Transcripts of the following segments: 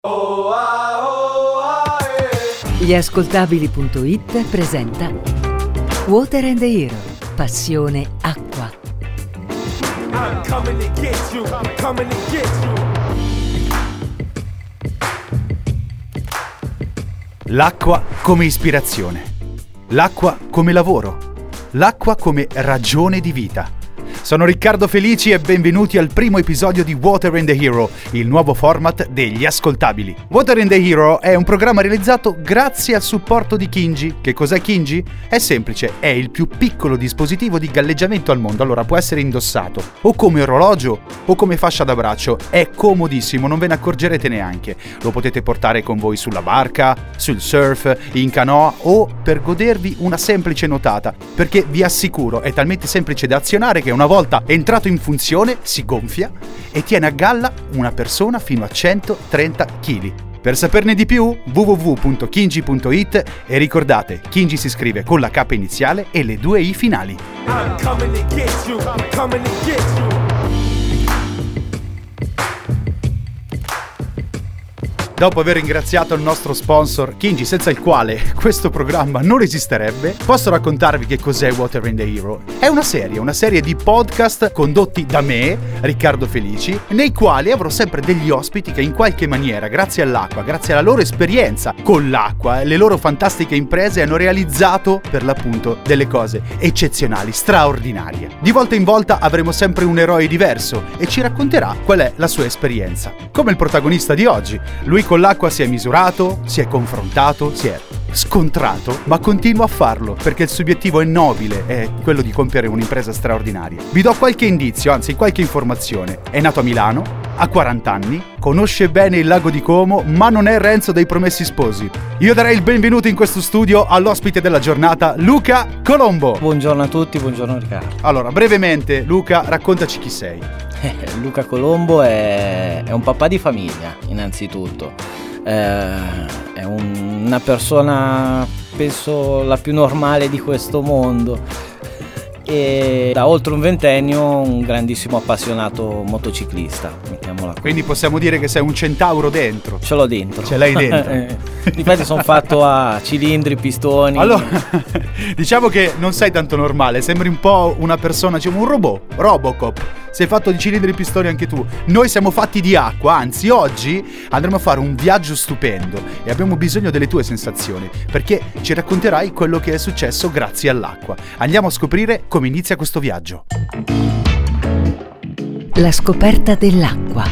Gli presenta Water and the Hero, passione acqua. I'm coming to get you, I'm coming to get you. L'acqua come ispirazione, l'acqua come lavoro, l'acqua come ragione di vita. Sono Riccardo Felici e benvenuti al primo episodio di Water and the Hero, il nuovo format degli ascoltabili. Water and the Hero è un programma realizzato grazie al supporto di Kinji. Che cos'è Kinji? È semplice, è il più piccolo dispositivo di galleggiamento al mondo, allora può essere indossato o come orologio o come fascia da braccio. È comodissimo, non ve ne accorgerete neanche. Lo potete portare con voi sulla barca, sul surf, in canoa o per godervi una semplice nuotata, perché vi assicuro è talmente semplice da azionare che una volta entrato in funzione si gonfia e tiene a galla una persona fino a 130 kg. Per saperne di più www.kinji.it e ricordate, Kinji si scrive con la K iniziale e le 2 I finali. I'm coming to get you, I'm coming to get you. Dopo aver ringraziato il nostro sponsor Kinji, senza il quale questo programma non esisterebbe, posso raccontarvi che cos'è Water and the Hero. È una serie di podcast condotti da me, Riccardo Felici, nei quali avrò sempre degli ospiti che in qualche maniera, grazie all'acqua, grazie alla loro esperienza con l'acqua e le loro fantastiche imprese, hanno realizzato per l'appunto delle cose eccezionali, straordinarie. Di volta in volta avremo sempre un eroe diverso e ci racconterà qual è la sua esperienza. Come il protagonista di oggi, lui con l'acqua si è misurato, si è confrontato, si è scontrato, ma continua a farlo perché il suo obiettivo è nobile, è quello di compiere un'impresa straordinaria. Vi do qualche indizio, anzi qualche informazione. È nato a Milano, ha 40 anni, conosce bene il lago di Como, ma non è Renzo dei Promessi Sposi. Io darei il benvenuto in questo studio all'ospite della giornata, Luca Colombo. Buongiorno a tutti, buongiorno Riccardo. Allora, brevemente, Luca, raccontaci chi sei. Luca Colombo è un papà di famiglia, innanzitutto. È una persona, penso, la più normale di questo mondo. E da oltre un ventennio un grandissimo appassionato motociclista, mettiamola così. Quindi possiamo dire che sei un centauro dentro. Ce l'ho dentro. Ce l'hai dentro. Infatti sono fatto a cilindri, pistoni. Allora, diciamo che non sei tanto normale, sembri un po' una persona, diciamo un robot, Robocop. Sei fatto di cilindri e pistoni anche tu. Noi siamo fatti di acqua, anzi oggi andremo a fare un viaggio stupendo e abbiamo bisogno delle tue sensazioni, perché ci racconterai quello che è successo grazie all'acqua. Andiamo a scoprire come inizia questo viaggio. La scoperta dell'acqua.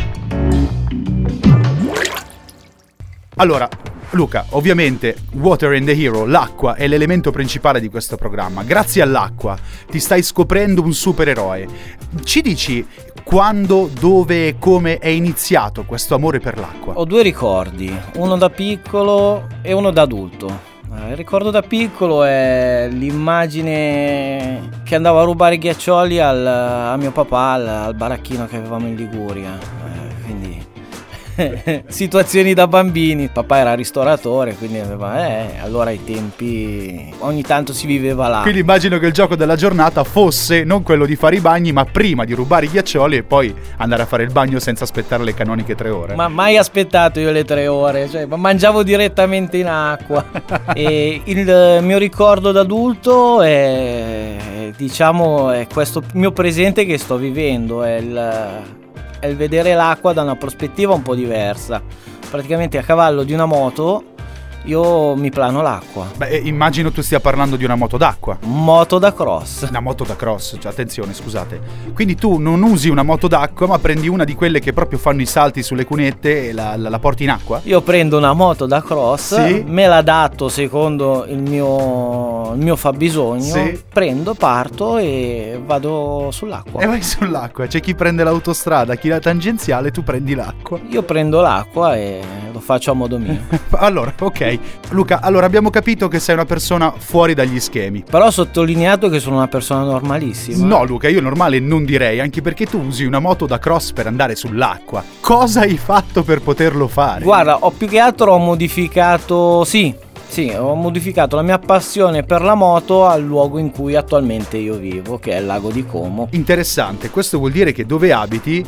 Allora, Luca, ovviamente Water and the Hero, l'acqua è l'elemento principale di questo programma. Grazie all'acqua ti stai scoprendo un supereroe. Ci dici quando, dove e come è iniziato questo amore per l'acqua? Ho 2 ricordi, uno da piccolo e uno da adulto. Il ricordo da piccolo è l'immagine che andavo a rubare i ghiaccioli a mio papà al baracchino che avevamo in Liguria. Quindi situazioni da bambini. Papà era ristoratore, quindi aveva allora ai tempi ogni tanto si viveva là. Quindi immagino che il gioco della giornata fosse non quello di fare i bagni, ma prima di rubare i ghiaccioli e poi andare a fare il bagno senza aspettare le canoniche 3 ore. Ma mai aspettato io le 3 ore, cioè mangiavo direttamente in acqua. E il mio ricordo d'adulto è, diciamo, è questo mio presente che sto vivendo, è il vedere l'acqua da una prospettiva un po' diversa. Praticamente a cavallo di una moto io mi plano l'acqua. Beh, immagino tu stia parlando di una moto d'acqua. Moto da cross. Una moto da cross, cioè, attenzione, scusate. Quindi tu non usi una moto d'acqua, ma prendi una di quelle che proprio fanno i salti sulle cunette e la porti in acqua? Io prendo una moto da cross, sì, me la adatto secondo il mio fabbisogno, sì, prendo, parto e vado sull'acqua. E vai sull'acqua. C'è chi prende l'autostrada, chi la tangenziale, tu prendi l'acqua. Io prendo l'acqua e lo faccio a modo mio. Allora, ok. Luca, allora abbiamo capito che sei una persona fuori dagli schemi. Però ho sottolineato che sono una persona normalissima. No Luca, io normale non direi, anche perché tu usi una moto da cross per andare sull'acqua. Cosa hai fatto per poterlo fare? Guarda, più che altro ho modificato, sì, ho modificato la mia passione per la moto al luogo in cui attualmente io vivo, che è il lago di Como. Interessante, questo vuol dire che dove abiti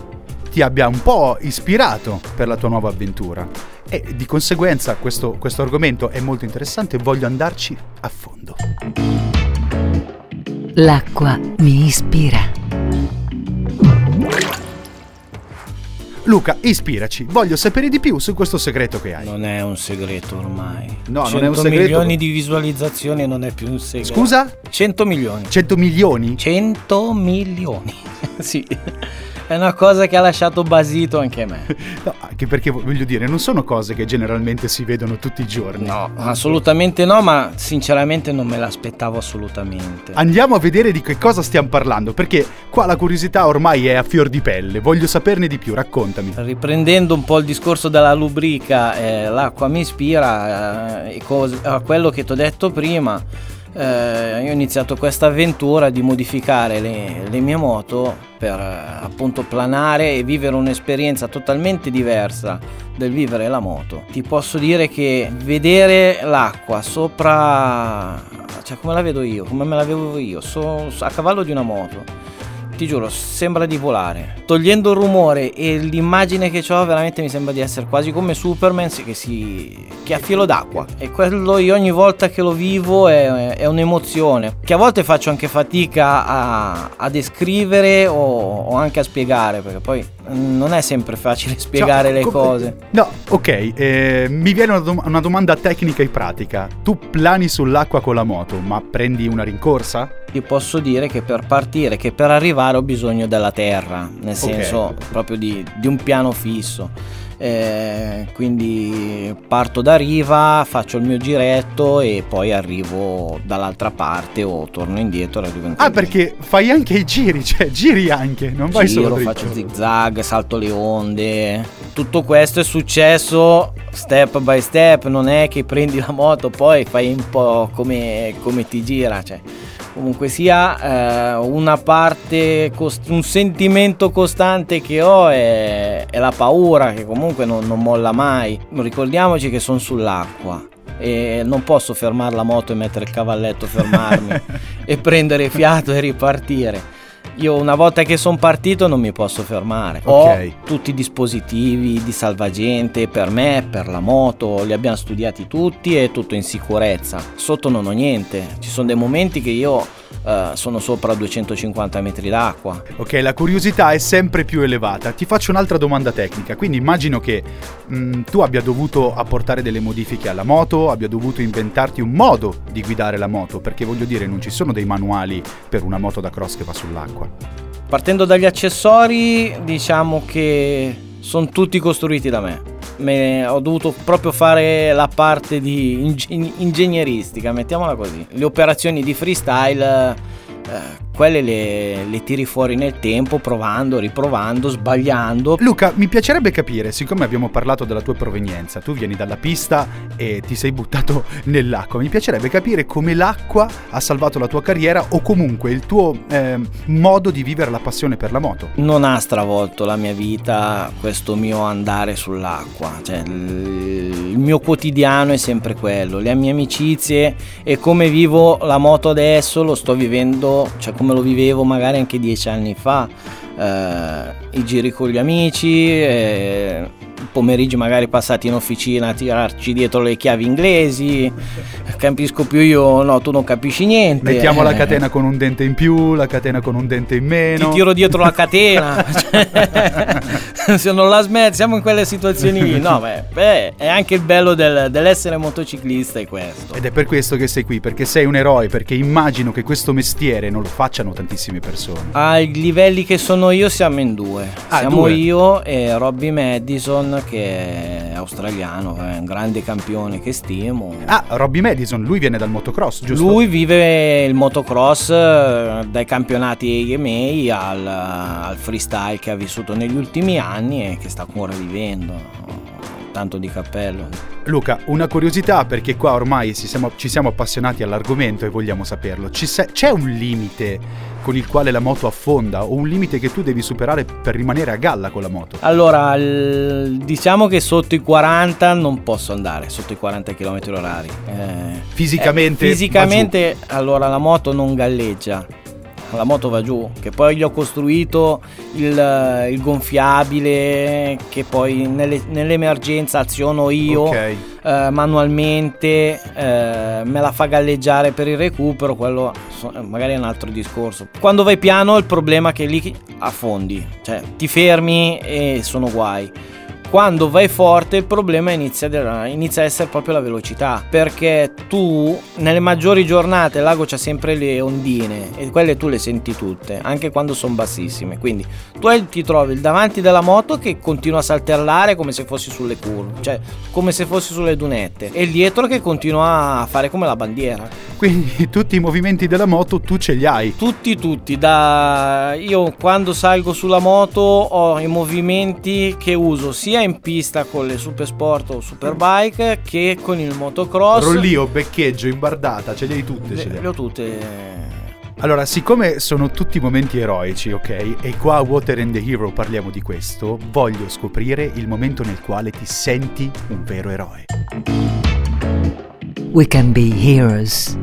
ti abbia un po' ispirato per la tua nuova avventura. E di conseguenza questo argomento è molto interessante e voglio andarci a fondo. L'acqua mi ispira. Luca, ispiraci, voglio sapere di più su questo segreto che hai. Non è un segreto ormai. No, 100 non è un segreto. milioni di visualizzazioni non è più un segreto. Scusa? 100 milioni. 100 milioni? 100 milioni. Sì. È una cosa che ha lasciato basito anche me. No, anche perché voglio dire, non sono cose che generalmente si vedono tutti i giorni. No, assolutamente no, ma sinceramente non me l'aspettavo assolutamente. Andiamo a vedere di che cosa stiamo parlando, perché qua la curiosità ormai è a fior di pelle. Voglio saperne di più, raccontami. Riprendendo un po' il discorso della rubrica, l'acqua mi ispira, a quello che ti ho detto prima. Io ho iniziato questa avventura di modificare le mie moto per appunto planare e vivere un'esperienza totalmente diversa del vivere la moto. Ti posso dire che vedere l'acqua sopra, cioè come la vedo io, come me la vedo io, a cavallo di una moto, ti giuro, sembra di volare. Togliendo il rumore e l'immagine che ho, veramente mi sembra di essere quasi come Superman che ha filo d'acqua. E quello io ogni volta che lo vivo è un'emozione che a volte faccio anche fatica a descrivere o anche a spiegare, perché poi non è sempre facile spiegare le cose. No, ok, mi viene una domanda tecnica e pratica. Tu plani sull'acqua con la moto, ma prendi una rincorsa? Io posso dire che per partire, che per arrivare ho bisogno della terra, nel senso proprio di un piano fisso. Quindi parto da riva, faccio il mio giretto e poi arrivo dall'altra parte o torno indietro. Perché fai anche i giri, cioè giri anche, non vai solo dritto. Faccio zigzag, salto le onde. Tutto questo è successo step by step, non è che prendi la moto poi fai un po' come ti gira, cioè comunque sia una parte, un sentimento costante che ho è la paura, che comunque non molla mai. Ricordiamoci che sono sull'acqua e non posso fermare la moto e mettere il cavalletto, fermarmi e prendere fiato e ripartire. Io una volta che sono partito non mi posso fermare. Ho tutti i dispositivi di salvagente per me, per la moto, li abbiamo studiati tutti e tutto in sicurezza. Sotto non ho niente, ci sono dei momenti che io sono sopra 250 metri d'acqua. Ok, la curiosità è sempre più elevata. Ti faccio un'altra domanda tecnica. Quindi immagino che tu abbia dovuto apportare delle modifiche alla moto, abbia dovuto inventarti un modo di guidare la moto, perché voglio dire, non ci sono dei manuali per una moto da cross che va sull'acqua. Partendo dagli accessori, diciamo che sono tutti costruiti da me. Ho dovuto proprio fare la parte di ingegneristica, mettiamola così. Le operazioni di freestyle, quelle le tiri fuori nel tempo, provando, riprovando, sbagliando. Luca, mi piacerebbe capire, siccome abbiamo parlato della tua provenienza, tu vieni dalla pista e ti sei buttato nell'acqua, mi piacerebbe capire come l'acqua ha salvato la tua carriera o comunque il tuo modo di vivere la passione per la moto. Non ha stravolto la mia vita questo mio andare sull'acqua, cioè il mio quotidiano è sempre quello, le mie amicizie e come vivo la moto adesso lo sto vivendo, cioè come lo vivevo magari anche 10 anni fa, i giri con gli amici, pomeriggi magari passati in officina a tirarci dietro le chiavi inglesi, capisco più io, no, tu non capisci niente. Mettiamo la catena con un dente in più, la catena con un dente in meno. Ti tiro dietro la catena. Se non la smetti, siamo in quelle situazioni lì. No, beh, è anche il bello dell'essere motociclista, è questo. Ed è per questo che sei qui, perché sei un eroe, perché immagino che questo mestiere non lo facciano tantissime persone. Ai livelli che sono io siamo in due. Siamo io e Robbie Madison, che è australiano, è un grande campione che stimo. Robbie Madison, lui viene dal motocross, giusto? Lui vive il motocross dai campionati EMEI al freestyle che ha vissuto negli ultimi anni e che sta ancora vivendo. Tanto di cappello. Luca, una curiosità, perché qua ormai ci siamo appassionati all'argomento e vogliamo saperlo. C'è un limite con il quale la moto affonda o un limite che tu devi superare per rimanere a galla con la moto? Allora, diciamo che sotto i 40 non posso andare, sotto i 40 km/h. Fisicamente, allora la moto non galleggia. la moto va giù, che poi gli ho costruito il gonfiabile che poi nell'emergenza aziono io, Ok. manualmente, me la fa galleggiare per il recupero, quello magari è un altro discorso. Quando vai piano il problema è che lì affondi, cioè ti fermi e sono guai. Quando vai forte il problema inizia a essere proprio la velocità, perché tu nelle maggiori giornate il lago c'ha sempre le ondine e quelle tu le senti tutte, anche quando sono bassissime, quindi tu ti trovi il davanti della moto che continua a saltellare come se fossi sulle curve, cioè come se fossi sulle dunette, e il dietro che continua a fare come la bandiera. Quindi tutti i movimenti della moto tu ce li hai. Tutti, io quando salgo sulla moto ho i movimenti che uso sia in pista con le super sport o superbike che con il motocross. Rollio, beccheggio, imbardata, ce li hai tutte. Le ho tutte. Allora, siccome sono tutti momenti eroici, ok? E qua a Water and the Hero parliamo di questo, voglio scoprire il momento nel quale ti senti un vero eroe. We can be heroes.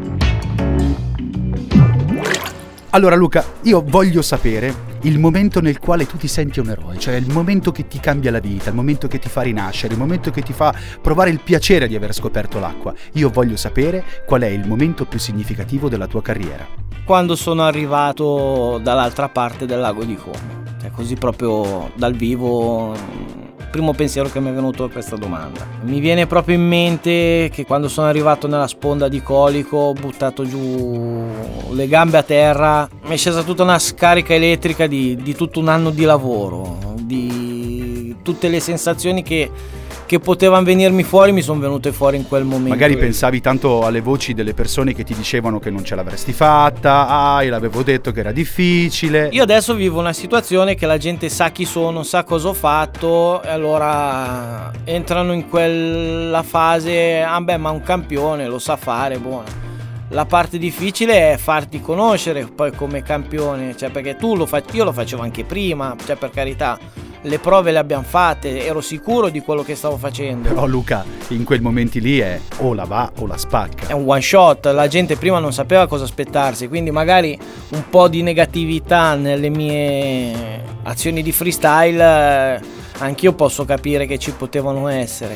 Allora Luca, io voglio sapere il momento nel quale tu ti senti un eroe, cioè il momento che ti cambia la vita, il momento che ti fa rinascere, il momento che ti fa provare il piacere di aver scoperto l'acqua. Io voglio sapere qual è il momento più significativo della tua carriera. Quando sono arrivato dall'altra parte del lago di Como, cioè così proprio dal vivo. Primo pensiero che mi è venuto a questa domanda. Mi viene proprio in mente che quando sono arrivato nella sponda di Colico, ho buttato giù le gambe a terra, mi è scesa tutta una scarica elettrica di tutto un anno di lavoro, di tutte le sensazioni che potevano venirmi fuori, mi sono venute fuori in quel momento. Magari pensavi tanto alle voci delle persone che ti dicevano che non ce l'avresti fatta, io l'avevo detto che era difficile. Io adesso vivo una situazione che la gente sa chi sono, sa cosa ho fatto, e allora entrano in quella fase, ma un campione lo sa fare, buono. La parte difficile è farti conoscere poi come campione, cioè perché io lo facevo anche prima, cioè per carità. Le prove le abbiamo fatte, ero sicuro di quello che stavo facendo. Però Luca, in quei momenti lì è o la va o la spacca. È un one shot, la gente prima non sapeva cosa aspettarsi, quindi magari un po' di negatività nelle mie azioni di freestyle anch'io posso capire che ci potevano essere.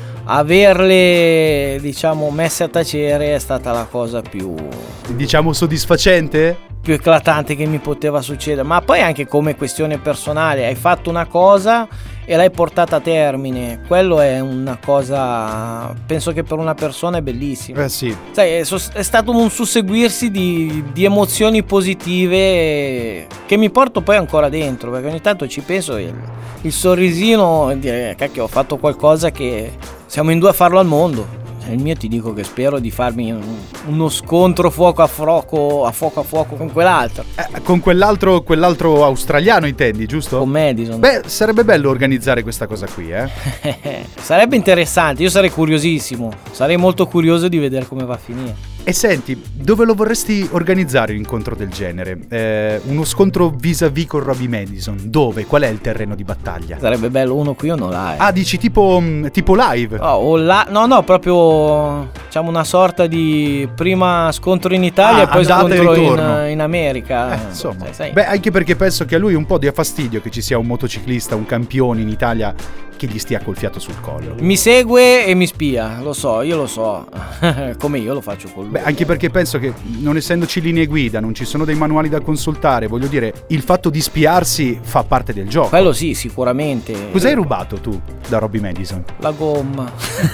Averle, diciamo, messe a tacere è stata la cosa più soddisfacente? Più eclatante che mi poteva succedere, ma poi anche come questione personale, hai fatto una cosa e l'hai portata a termine, quello è una cosa, penso che per una persona è bellissima. Sì. Sai, è stato un susseguirsi di emozioni positive che mi porto poi ancora dentro, perché ogni tanto ci penso e il sorrisino e dire cacchio, ho fatto qualcosa che siamo in due a farlo al mondo. Il mio ti dico che spero di farmi uno scontro fuoco a fuoco con quell'altro. Con quell'altro australiano intendi, giusto? Con Madison. Beh, sarebbe bello organizzare questa cosa qui, Sarebbe interessante, io sarei curiosissimo, sarei molto curioso di vedere come va a finire. E senti, dove lo vorresti organizzare un incontro del genere? Uno scontro vis-à-vis con Robbie Madison? Dove? Qual è il terreno di battaglia? Sarebbe bello uno qui o uno là. Ah, dici tipo live? No, proprio diciamo una sorta di prima scontro in Italia e poi scontro in America. Insomma, sai. Beh, anche perché penso che a lui un po' dia fastidio che ci sia un motociclista, un campione in Italia che gli stia col fiato sul collo. Mi segue e mi spia, io lo so, come io lo faccio con lui. Beh, anche perché penso che non essendoci linee guida, non ci sono dei manuali da consultare, voglio dire, il fatto di spiarsi fa parte del gioco. Quello sì, sicuramente. Cos'hai rubato tu da Robbie Madison? La gomma.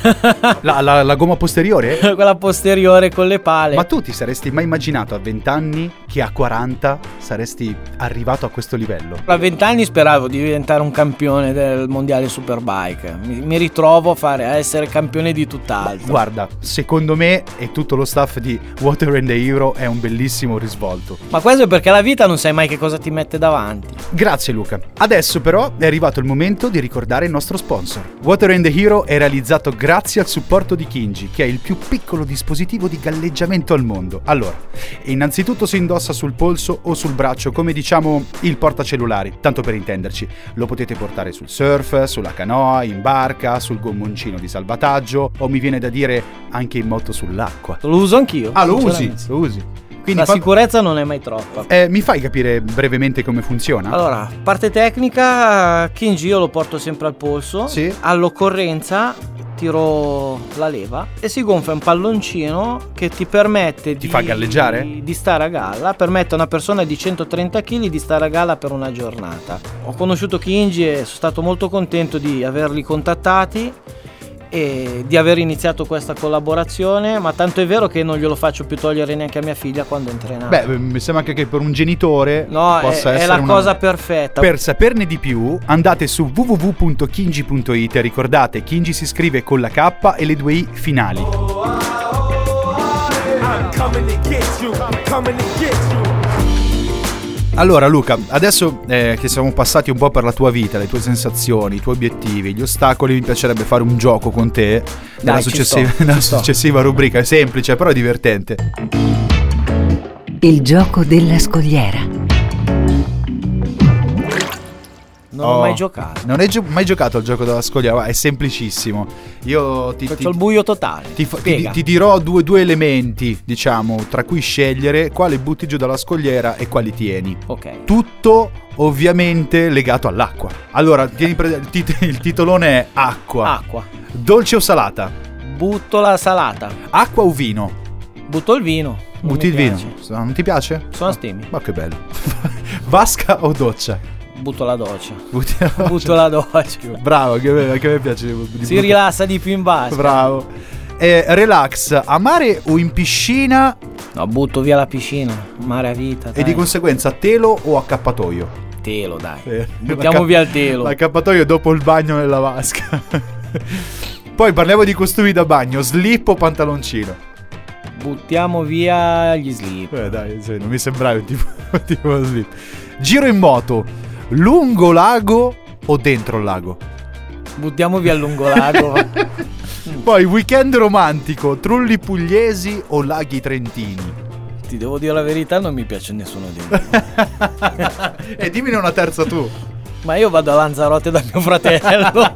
La gomma posteriore? Quella posteriore con le pale. Ma tu ti saresti mai immaginato a 20 anni che a 40 saresti arrivato a questo livello? A 20 anni speravo di diventare un campione del mondiale Superbike. Mi ritrovo a essere campione di tutt'altro. Guarda, secondo me e tutto lo staff di Water and the Hero è un bellissimo risvolto. Ma questo è perché la vita non sai mai che cosa ti mette davanti. Grazie Luca. Adesso però è arrivato il momento di ricordare il nostro sponsor. Water and the Hero è realizzato grazie al supporto di Kinji, che è il più piccolo dispositivo di galleggiamento al mondo. Allora, innanzitutto si indossa sul polso o sul braccio, come diciamo il portacellulari, tanto per intenderci. Lo potete portare sul surf, sulla canoa, in barca, sul gommoncino di salvataggio o mi viene da dire anche in moto sull'acqua. Lo uso anch'io. Ah, lo usi? La sicurezza non è mai troppa. Mi fai capire brevemente come funziona? Allora, parte tecnica, Kinji io lo porto sempre al polso. Sì. All'occorrenza tiro la leva e si gonfia un palloncino che ti permette Ti fa galleggiare? di stare a galla, permette a una persona di 130 kg di stare a galla per una giornata. Ho conosciuto Kinji e sono stato molto contento di averli contattati e di aver iniziato questa collaborazione, ma tanto è vero che non glielo faccio più togliere neanche a mia figlia quando entrena. Beh, mi sembra anche che per un genitore possa essere è la cosa perfetta. Per saperne di più andate su www.kinji.it e ricordate, Kinji si scrive con la K e le 2 I finali. I'm coming to get you. I'm coming to get you. Allora Luca, adesso che siamo passati un po' per la tua vita, le tue sensazioni, i tuoi obiettivi, gli ostacoli, mi piacerebbe fare un gioco con te nella successiva rubrica. È semplice, però è divertente. Il gioco della scogliera. Non ho mai giocato. Non hai mai giocato al gioco della scogliera? È semplicissimo. Io faccio il buio totale. Ti dirò due elementi, diciamo, tra cui scegliere quali butti giù dalla scogliera e quali tieni. Ok. Tutto ovviamente legato all'acqua. Allora, il titolone è acqua. Acqua. Dolce o salata? Butto la salata. Acqua o vino? Butto il vino. Butti il vino. Non ti piace? Sono astemi. Ma che bello. Vasca o doccia? Butto la doccia. Butto la doccia. Bravo, che a me piace. Si rilassa di più in basso. Bravo. Relax, a mare o in piscina? No, butto via la piscina. Mare a vita. E di conseguenza telo o accappatoio? Telo, dai. Buttiamo via il telo. L'accappatoio dopo il bagno nella vasca. Poi parliamo di costumi da bagno. Slip o pantaloncino? Buttiamo via gli slip. Dai, non mi sembrava un tipo slip. Giro in moto. Lungo lago o dentro il lago? Buttiamo via il lungolago. Poi weekend romantico, trulli pugliesi o laghi trentini? Ti devo dire la verità, non mi piace nessuno di loro. E dimmene una terza tu. Ma io vado a Lanzarote da mio fratello.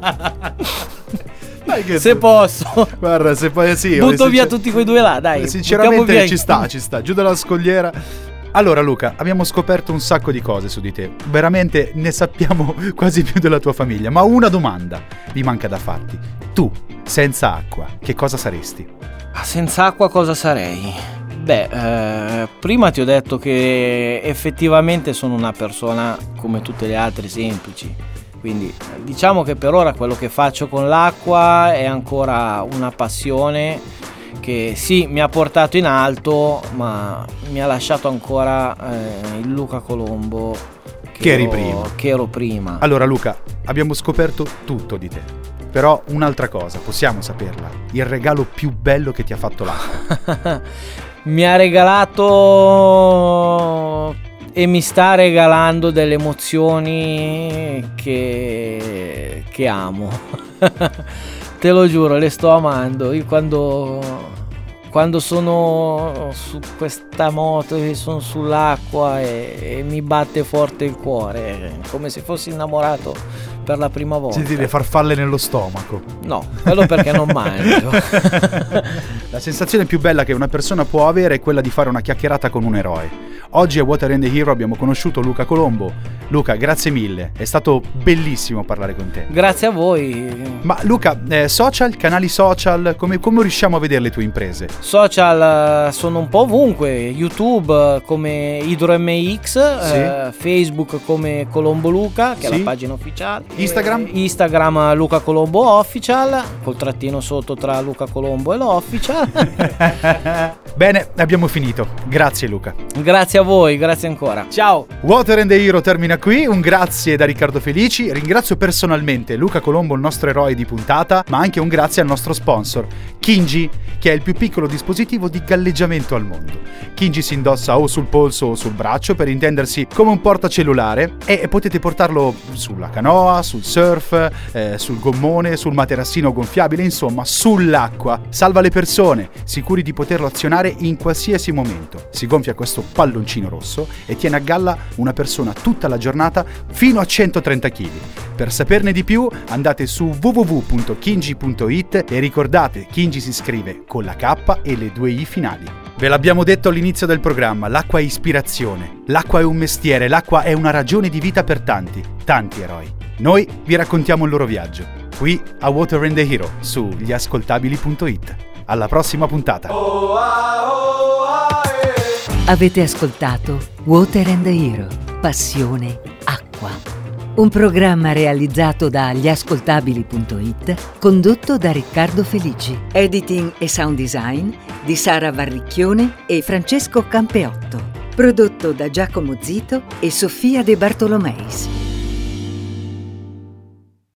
Se posso. Guarda, se poi sì. Butto via tutti quei due là, dai. Sinceramente ci sta. Giù dalla scogliera. Allora Luca, abbiamo scoperto un sacco di cose su di te. Veramente ne sappiamo quasi più della tua famiglia. Ma una domanda mi manca da farti. Tu, senza acqua, che cosa saresti? Senza acqua cosa sarei? Beh, prima ti ho detto che effettivamente sono una persona come tutte le altre semplici. Quindi diciamo che per ora quello che faccio con l'acqua è ancora una passione che sì, mi ha portato in alto, ma mi ha lasciato ancora il Luca Colombo che ero prima. Allora Luca, abbiamo scoperto tutto di te. Però un'altra cosa, possiamo saperla. Il regalo più bello che ti ha fatto l'acqua. Mi ha regalato e mi sta regalando delle emozioni che amo. Te lo giuro, le sto amando. Io quando sono su questa moto e sono sull'acqua e mi batte forte il cuore, come se fossi innamorato per la prima volta. Senti le farfalle nello stomaco. No, quello perché non mangio. La sensazione più bella che una persona può avere è quella di fare una chiacchierata con un eroe. Oggi a Water and the Hero abbiamo conosciuto Luca Colombo. Luca, grazie mille, è stato bellissimo parlare con te. Grazie a voi. Ma Luca, social, canali social, come riusciamo a vedere le tue imprese? Social sono un po' ovunque, YouTube come HydroMX, sì. Facebook come Colombo Luca, che sì. è la pagina ufficiale. Instagram Luca Colombo Official, col trattino sotto tra Luca Colombo e l'Official. Bene, abbiamo finito. Grazie Luca. Grazie a voi, grazie ancora. Ciao. Water and the Hero termina qui. Un grazie da Riccardo Felici. Ringrazio personalmente Luca Colombo, il nostro eroe di puntata, ma anche un grazie al nostro sponsor Kinji, che è il più piccolo dispositivo di galleggiamento al mondo. Kinji si indossa o sul polso o sul braccio, per intendersi, come un portacellulare, e potete portarlo sulla canoa, sul surf, sul gommone, sul materassino gonfiabile, insomma sull'acqua. Salva le persone, sicuri di poterlo azionare in qualsiasi momento. Si gonfia questo palloncino rosso e tiene a galla una persona tutta la giornata fino a 130 kg. Per saperne di più andate su www.kinji.it e ricordate, Kinji si scrive con la K e le 2 I finali. Ve l'abbiamo detto all'inizio del programma, l'acqua è ispirazione, l'acqua è un mestiere, l'acqua è una ragione di vita per tanti eroi. Noi vi raccontiamo il loro viaggio, qui a Water and the Hero, su gliascoltabili.it. Alla prossima puntata. Avete ascoltato Water and the Hero, passione acqua. Un programma realizzato da gliascoltabili.it, condotto da Riccardo Felici. Editing e sound design di Sara Varricchione e Francesco Campeotto. Prodotto da Giacomo Zito e Sofia De Bartolomeis.